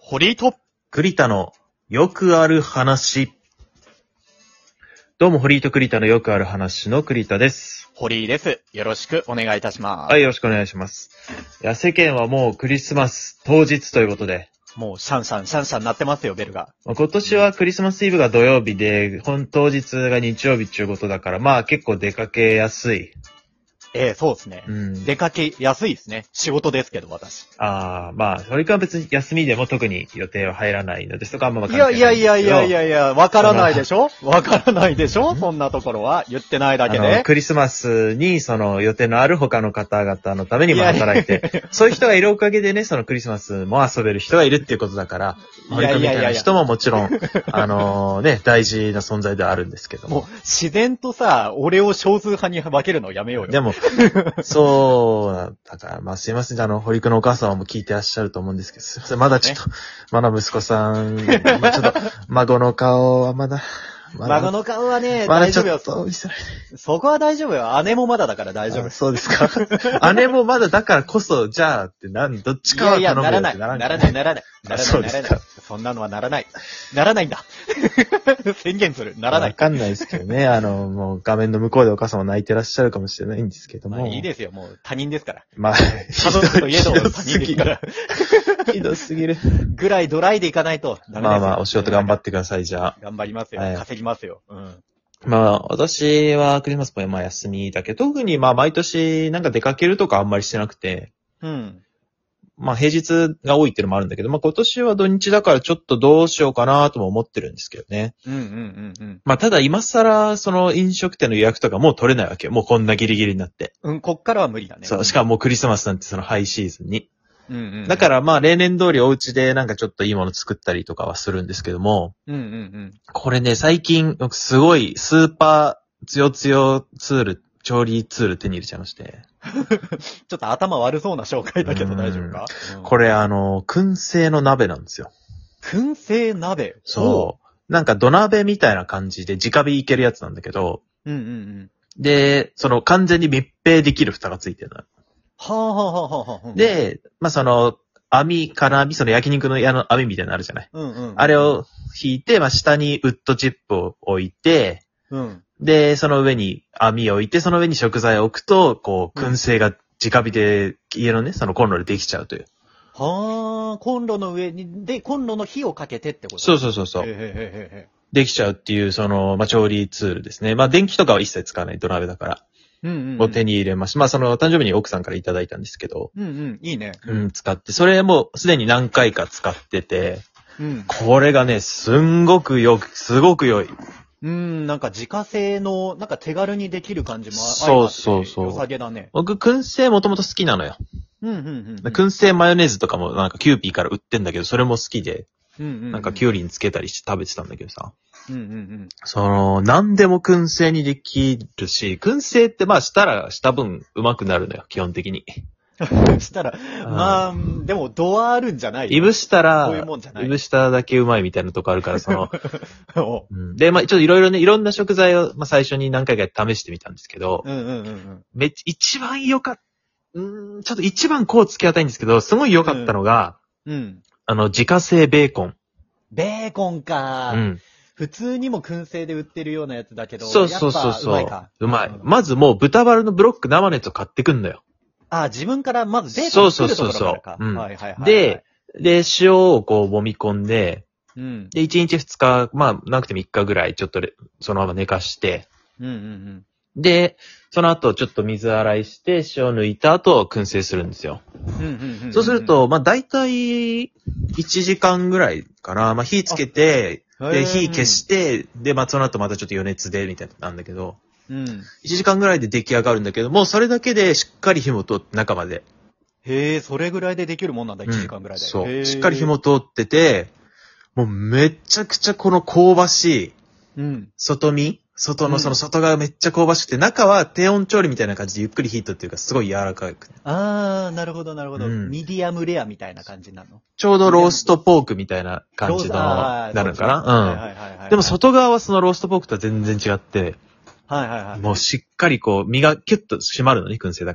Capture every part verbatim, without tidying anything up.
堀井と栗田のよくある話。どうも、堀井と栗田のよくある話の栗田です。 堀井です。よろしくお願いいたします。 はい、よろしくお願いします。いや、世間はもうクリスマス当日ということで。 もうシャンシャン、シャンシャン鳴ってますよ、ベルが。 まあ、今年はクリスマスイブが土曜日で、本当日が日曜日っていうことだから、まあ結構出かけやすい。 ええ、そうですね。 うん。 出かけやすいですね。仕事ですけど、私。 ああ、まあ、堀井君は別に休みでも特に予定は入らないのですとか、あんま関係いやないいやいやいやいや。 やいや、わからないでしょわからないでしょそんなところは。言ってないだけで。 クリスマスにその予定のある他の方々のためにも働いて、いやいやいやそういう人がいるおかげでね、そのクリスマスも遊べる人がいるっていうことだから、堀井君みたいな人ももちろん、あのね、大事な存在ではあるんですけども。もう自然とさ、俺を少数派に分けるのやめようよ。 でも、そうだから、まあすいません、あの、堀井君のお母様も聞いてらっしゃると思うんですけど、すいません、まだちょっと、ね、まだ息子さん、まあ、ちょっと、孫の顔はまだ、 ま、孫の顔はね、 ま、 大丈夫よ。 そこは大丈夫よ。姉もまだだから大丈夫。 そうですか。姉もまだだからこそ、じゃあって何、どっちかは頼むよってならない。 ならない、ならない、ならない。ならない、ならない。そんなのはならない。ならないんだ。宣言する。ならない。 わかんないですけどね。あの、もう画面の向こうでお母様泣いてらっしゃるかもしれないんですけども。 まあいいですよ。もう他人ですから。 まあ、 家族といえど他人ですから。 ひどすぎる。 ぐらいドライでいかないとダメですよ。 まあまあ、お仕事頑張ってください、じゃあ。 頑張りますよ。稼ぎますよ。うん。 まあ、私はクリスマスもまあ休みだけど、特にまあ毎年なんか出かけるとかあんまりしてなくて。 うん。 まあ平日が多いっていうのもあるんだけど、まあ今年は土日だからちょっとどうしようかなとも思ってるんですけどね。 うんうんうんうん。 まあただ今更その飲食店の予約とかもう取れないわけよ。もうこんなギリギリになって。 うん、こっからは無理だね。 そう、しかももうクリスマスなんてそのハイシーズンに。 うんうんうん、 だからまあ例年通りお家でなんかちょっといいもの作ったりとかはするんですけども。 うんうんうん。 これね、最近すごいスーパーつよつよツール、調理ツール手に入れちゃいまして。 ちょっと頭悪そうな紹介だけど大丈夫か、 うん、これあの、燻製の鍋なんですよ。 燻製鍋そう。なんか土鍋みたいな感じで直火いけるやつなんだけど。 うんうんうん。 で、その完全に密閉できる蓋がついてるの。 はぁはぁはぁはぁ。 で、まあ、その、網、金網、その焼肉の矢の網みたいなのあるじゃない。 うんうん、うん。 あれを引いて、まあ、下にウッドチップを置いて、 うん。 で、その上に網を置いて、その上に食材を置くと、こう、燻製が直火で、家のね、そのコンロでできちゃうという。 はぁ、コンロの上に、で、コンロの火をかけてってこと？ そうそうそうそう。へへへへできちゃうっていう、その、まあ、調理ツールですね。まあ、電気とかは一切使わない土鍋だから。 うんうんうん、 を手に入れました。まあ、その、誕生日に奥さんからいただいたんですけど。 うんうん、いいね。 うん、使って、それもすでに何回か使ってて、 うん、 これがね、すんごくよく、すごく良い。 うん、なんか自家製の、なんか手軽にできる感じもありますね。 そうそうそう。 良さげだね。 僕、燻製もともと好きなのよ。 うんうんうん、うん。 燻製マヨネーズとかもなんかキューピーから売ってんだけど、それも好きで、 うんうんうん、 なんかキュウリにつけたりして食べてたんだけどさ。 うんうんうん、 その、何でも燻製にできるし、燻製ってまあしたらした分上手くなるのよ、基本的に。 したら、まあ、でも度はあるんじゃないよ。 いぶしたら、 そういうもんじゃない。 いぶしただけうまいみたいなとこあるから、その、うん、で、まあちょっといろいろね、いろんな食材を、まあ最初に何回か試してみたんですけど、 うんうんうんうん、 めっちゃ一番良かった、うん、ちょっと一番こう付き合いたいんですけど、すごい良かったのが、 うん、うん、 あの、自家製ベーコン。 ベーコンか。 うん。 普通にも燻製で売ってるようなやつだけど、 そうそうそうそう。 うまいか。 うまい。まずもう豚バラのブロック生のやつを買ってくんのよ。 ああ、自分からまずベーコン作るところからか。 そうそうそうそう。うん。 はいはいはい、はい。 で、で、塩をこう揉み込んで、 うん。 で、いちにちふつか、まあ、なくてみっかぐらい、ちょっとそのまま寝かして、 うんうんうん。 で、その後ちょっと水洗いして、塩抜いた後、燻製するんですよ。 うんうんうんうん、 そうすると、まあ、だいたいいちじかんぐらいかな。まあ、火つけて、で、火消して、で、まあ、その後またちょっと余熱で、みたいなんだけど、 うん。 いちじかんぐらいで出来上がるんだけど、もうそれだけでしっかり火も通って中まで。 へえ、それぐらいでできるもんなんだ、いちじかんぐらいで。 うん、そう。しっかり火も通ってて、もうめちゃくちゃこの香ばしい、うん。外身外のその外側めっちゃ香ばしくて、うん、中は低温調理みたいな感じでゆっくりヒートっていうかすごい柔らかく。 あー、なるほどなるほど、 うん。 ミディアムレアみたいな感じなの？ ちょうどローストポークみたいな感じの、なるのかな？うん。でも外側はそのローストポークとは全然違って、 はいはいはい。 もうしっかりこう、身がキュッと締まるのね、燻製だから。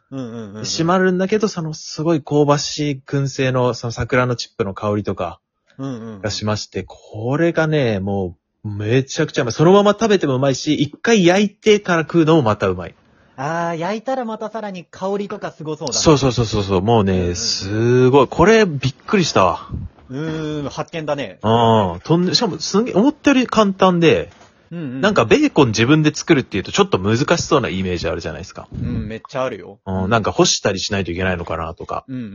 うんうんうんうん。 締まるんだけど、そのすごい香ばしい燻製のその桜のチップの香りとかうんうんうん。 がしまして、これがね、もうめちゃくちゃうまい。そのまま食べてもうまいし、一回焼いてから食うのもまたうまい。 ああ、焼いたらまたさらに香りとかすごそうだね。 そうそうそうそうそう、もうね、 うんうんうんすごい。これびっくりしたわ。 うーん、発見だね。 うん。とんで、しかもすんげえ、思ったより簡単で、 うんうん。 なんかベーコン自分で作るっていうとちょっと難しそうなイメージあるじゃないですか。 うん、めっちゃあるよ。 うん、なんか干したりしないといけないのかなとか。 うんうんうん。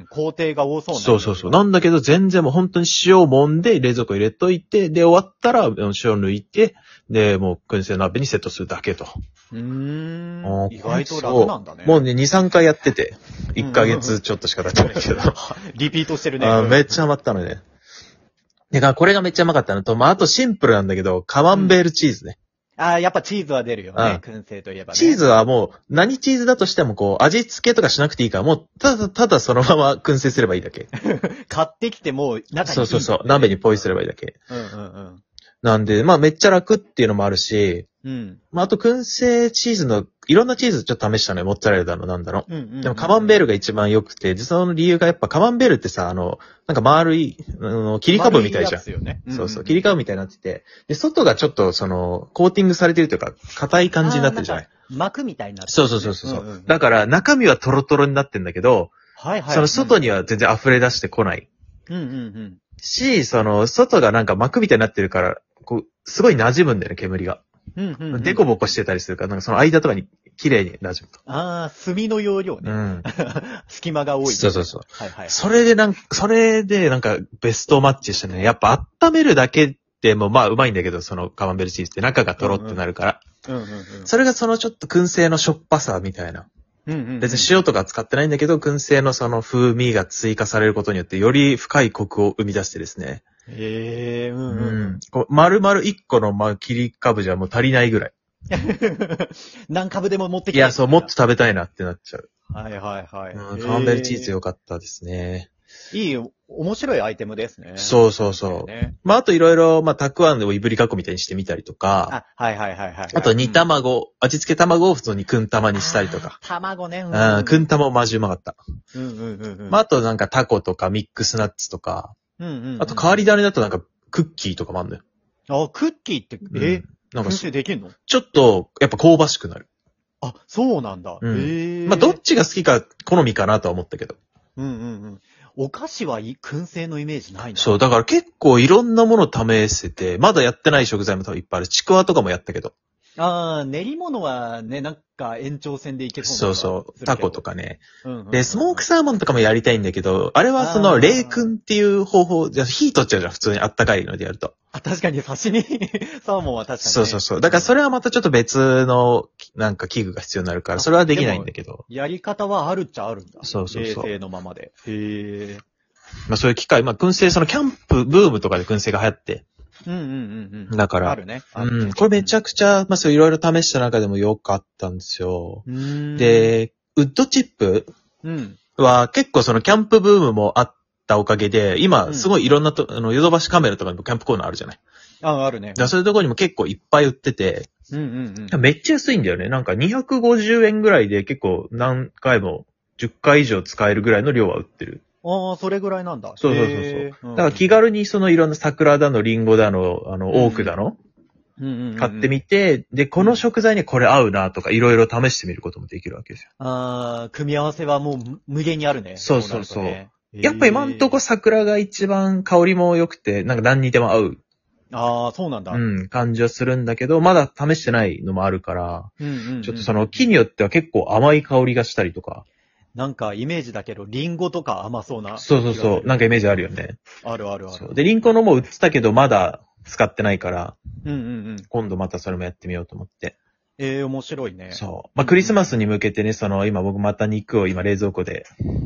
工程が多そうな。 そうそうそう。なんだけど全然もう本当に塩を揉んで冷蔵庫入れといて、で終わったら塩抜いて、で、もう燻製鍋にセットするだけと。 うーん。 あー意外と楽なんだね。 もうね、に、さんかいやってて、いっかげつちょっとしか経ってないけど。 リピートしてるね。 あーめっちゃハマったのね。だからこれがめっちゃうまかったのと、まああとシンプルなんだけど、カマンベールチーズね。 ああ、やっぱチーズは出るよね。 うん燻製といえばね。 チーズはもう、何チーズだとしてもこう、味付けとかしなくていいから、もう、ただ、ただそのまま燻製すればいいだけ。 買ってきてもう中に。 そうそうそう。鍋にポイすればいいだけ。 うんうんうん。 なんで、まあめっちゃ楽っていうのもあるし、 うん。 まああと燻製チーズの、いろんなチーズちょっと試したのよ。モッツァレラだの、なんだろう。 うんうんうん。 でもカマンベールが一番良くて、で、その理由がやっぱカマンベールってさ、あの、なんか丸い、あの、切り株みたいじゃん。 丸いやつよね。 そうそう、 んん切り株みたいになってて、で、外がちょっとその、コーティングされてるというか、硬い感じになってるじゃない。 膜みたいになってる、 そうそうそうそう。 んんんだから中身はトロトロになってんだけど、 はいはい。 その外には全然溢れ出してこない。 うんうんうん。 し、その、外がなんか膜みたいになってるから、こう、すごい馴染むんだよね、煙が。 うんうんうん。 デコボコしてたりするから、なんかその間とかに綺麗に馴染むと。 ああ、炭の容量ね。 うん。 隙間が多い。 そうそうそう。 はいはい。 それでなんか、それでなんかベストマッチしてね、やっぱ温めるだけでもまあうまいんだけど、そのカマンベールチーズって中がトロってなるから。 うんうんうん。 それがそのちょっと燻製のしょっぱさみたいな。 うんうんうん。 別に塩とか使ってないんだけど、燻製のその風味が追加されることによって、より深いコクを生み出してですね。 へえ、うんううんうんん。こう丸々一個のまあ切り株じゃもう足りないぐらい。 何株でも持ってきて。 いや、そう、もっと食べたいなってなっちゃう。 はいはいはい。 うん、カマンベールチーズ良かったですね。 いい、面白いアイテムですね。 そうそうそう。 ね、 まあ、あといろいろ、まあ、たくあんでもいぶりかこみたいにしてみたりとか。 あ、はいはいはいはい。 あと煮卵、うん、味付け卵を普通にくん玉にしたりとか。 卵ね。 うん、くん玉もマジうまかった。 うんうんうんうん。 まあ、あとなんかタコとかミックスナッツとか。 うんうんうん。 あと変わり種だとなんかクッキーとかもあるんだよ。 あ、クッキーって、え、 うん、なんか、 燻製できんの？ ちょっと、やっぱ香ばしくなる。 あ、そうなんだ。 うん、 へえ。 まあ、どっちが好きか好みかなとは思ったけど。 うんうんうん。お菓子はい燻製のイメージないな。 そう、だから結構いろんなもの試せて、まだやってない食材も多分いっぱいある。ちくわとかもやったけど。 ああ、練り物はね、なんか延長線でいけそうそうそう。タコとかね、 うんうんうん。 で、スモークサーモンとかもやりたいんだけど、あれはその、冷燻っていう方法、じゃ火取っちゃうじゃん、普通にあったかいのでやると。 あ、確かに刺身、サーモンは確かに、ね。 そうそうそう。だからそれはまたちょっと別の、なんか器具が必要になるから、それはできないんだけど。 やり方はあるっちゃあるんだ。 そうそうそう。 冷製のままで。へえ。 まあそういう機会、まあ燻製、そのキャンプブームとかで燻製が流行って。 うんうんうんうん。 だから。 あるね。 あるうん。これめちゃくちゃ、まあそういろいろ試した中でも良かったんですよ。 うんで、ウッドチップうんは結構そのキャンプブームもあったおかげで、今すごいいろんなと、あの、ヨドバシカメラとかにもキャンプコーナーあるじゃない。 あ、あるね。 だからそういうところにも結構いっぱい売ってて、 うんうんうん。 めっちゃ安いんだよね。なんかにひゃくごじゅうえんぐらいで結構何回もじゅっかい以上使えるぐらいの量は売ってる。 ああ、それぐらいなんだ。 そうそうそうそう。だから気軽にそのいろんな桜だの、リンゴだの、あの、オークだの、 うんうんうん、 買ってみて、で、この食材にこれ合うなとかいろいろ試してみることもできるわけですよ。 ああ、組み合わせはもう無限にあるね。 そうそうそう。 ね、 やっぱ今んとこ桜が一番香りも良くて、なんか何にでも合う。 ああ、そうなんだ。 うん、感じはするんだけど、まだ試してないのもあるから、 うんうんうん、 ちょっとその木によっては結構甘い香りがしたりとか。 なんかイメージだけど、リンゴとか甘そうな。 そうそうそう。なんかイメージあるよね。 あるあるある。 そうで、リンゴのも売ってたけど、まだ使ってないから、 うんうんうん。 今度またそれもやってみようと思って。 ええー、面白いね。 そう。まあ、クリスマスに向けてね、その、今僕また肉を今冷蔵庫で、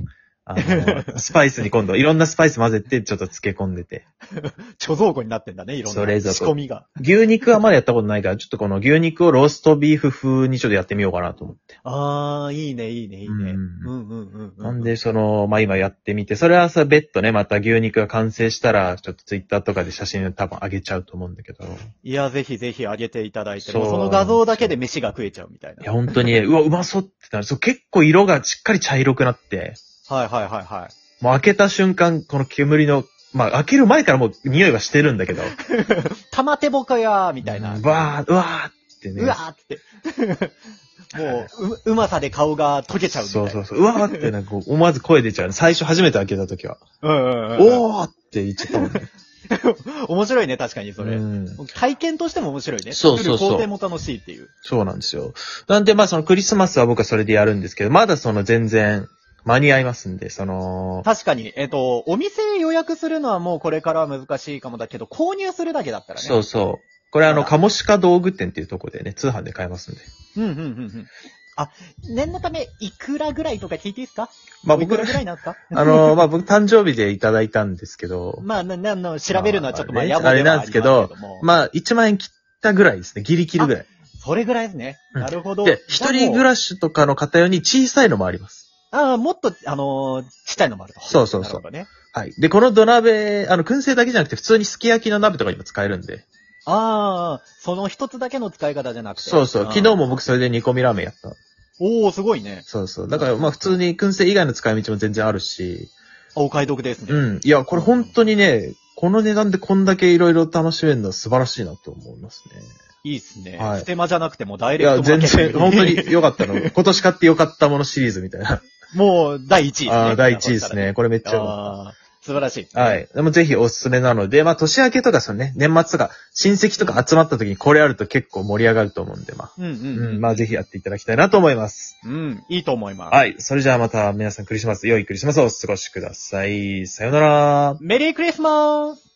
あの、スパイスに今度、いろんなスパイス混ぜて、ちょっと漬け込んでて。 貯蔵庫になってんだね、いろんなそう冷蔵庫仕込みが。 牛肉はまだやったことないから、ちょっとこの牛肉をローストビーフ風にちょっとやってみようかなと思って。 あー、いいね、いいね、いいね。 うんうんうんうんうん。 なんで、その、まあ、今やってみて、それはさ、別途ね、また牛肉が完成したら、ちょっとツイッターとかで写真多分上げちゃうと思うんだけど。 いや、ぜひぜひ上げていただいて、 そうもうその画像だけで飯が食えちゃうみたいな。 いや、本当にね、うわ、うまそうってなる。そう、結構色がしっかり茶色くなって、 はいはいはいはい。 もう開けた瞬間、この煙の、まあ、開ける前からもう匂いはしてるんだけど。 玉手ぼこやーみたいな。 うわー、うわーってね。 うわーって。もう、う、うまさで顔が溶けちゃうみたいな。 そうそうそう。うわーってなんかこう思わず声出ちゃう。最初初めて開けた時は。 うんうんうん。 おーって言っちゃったもんね。 面白いね、確かにそれ。 うん、 体験としても面白いね。 そうそうそう。 作る工程も楽しいっていう。 そうなんですよ。なんでまあそのクリスマスは僕はそれでやるんですけど、まだその全然間に合いますんで、その。 確かに、えっと、お店予約するのはもうこれからは難しいかもだけど、購入するだけだったらね。 そうそう。これあの、カモシカ道具店っていうところでね、通販で買えますんで。 うんうんうんうん。あ、念のため、いくらぐらいとか聞いていいですか？ まあ僕、 いくらぐらいなんですか？ あの、まあ僕誕生日でいただいたんですけど。 まあ、な、な、な、調べるのはちょっとまあ、 まあ、 やぼではありますけど。 あれなんですけど、まあいちまん円切ったぐらいですね。ギリギリぐらい。 それぐらいですね。 うん、 なるほど。 で、一人暮らしとかの方用に小さいのもあります。 ああ、もっと、あのー、ちっちゃいのもあると。 そうそうそう。 なるほどね。 はい。で、この土鍋、あの、燻製だけじゃなくて普通にすき焼きの鍋とかにも使えるんで。 ああ、その一つだけの使い方じゃなくて。 そうそう。昨日も僕それで煮込みラーメンやった。 おー、すごいね。 そうそう。だからまあ普通に燻製以外の使い道も全然あるし。 お買い得ですね。 うん。いや、これ本当にね、この値段でこんだけいろいろ楽しめるのは素晴らしいなと思いますね。 いいっすね。 はい。 ステマじゃなくてもダイいや、 レクトマーケ全ット。 然、本当に良かったの。今年買って良かったものシリーズみたいな。 もう、だいいちいですね。 ああ、だいいちいですね。これめっちゃ良かった。 ああ、素晴らしい、ね。 はい。でもぜひおすすめなので、まあ年明けとかそのね、年末とか親戚とか集まった時にこれあると結構盛り上がると思うんで、まあ。 うんうん、 うん。まあぜひやっていただきたいなと思います。 うん、いいと思います。 はい。それじゃあまた皆さんクリスマス、良いクリスマスをお過ごしください。さよなら。 メリークリスマス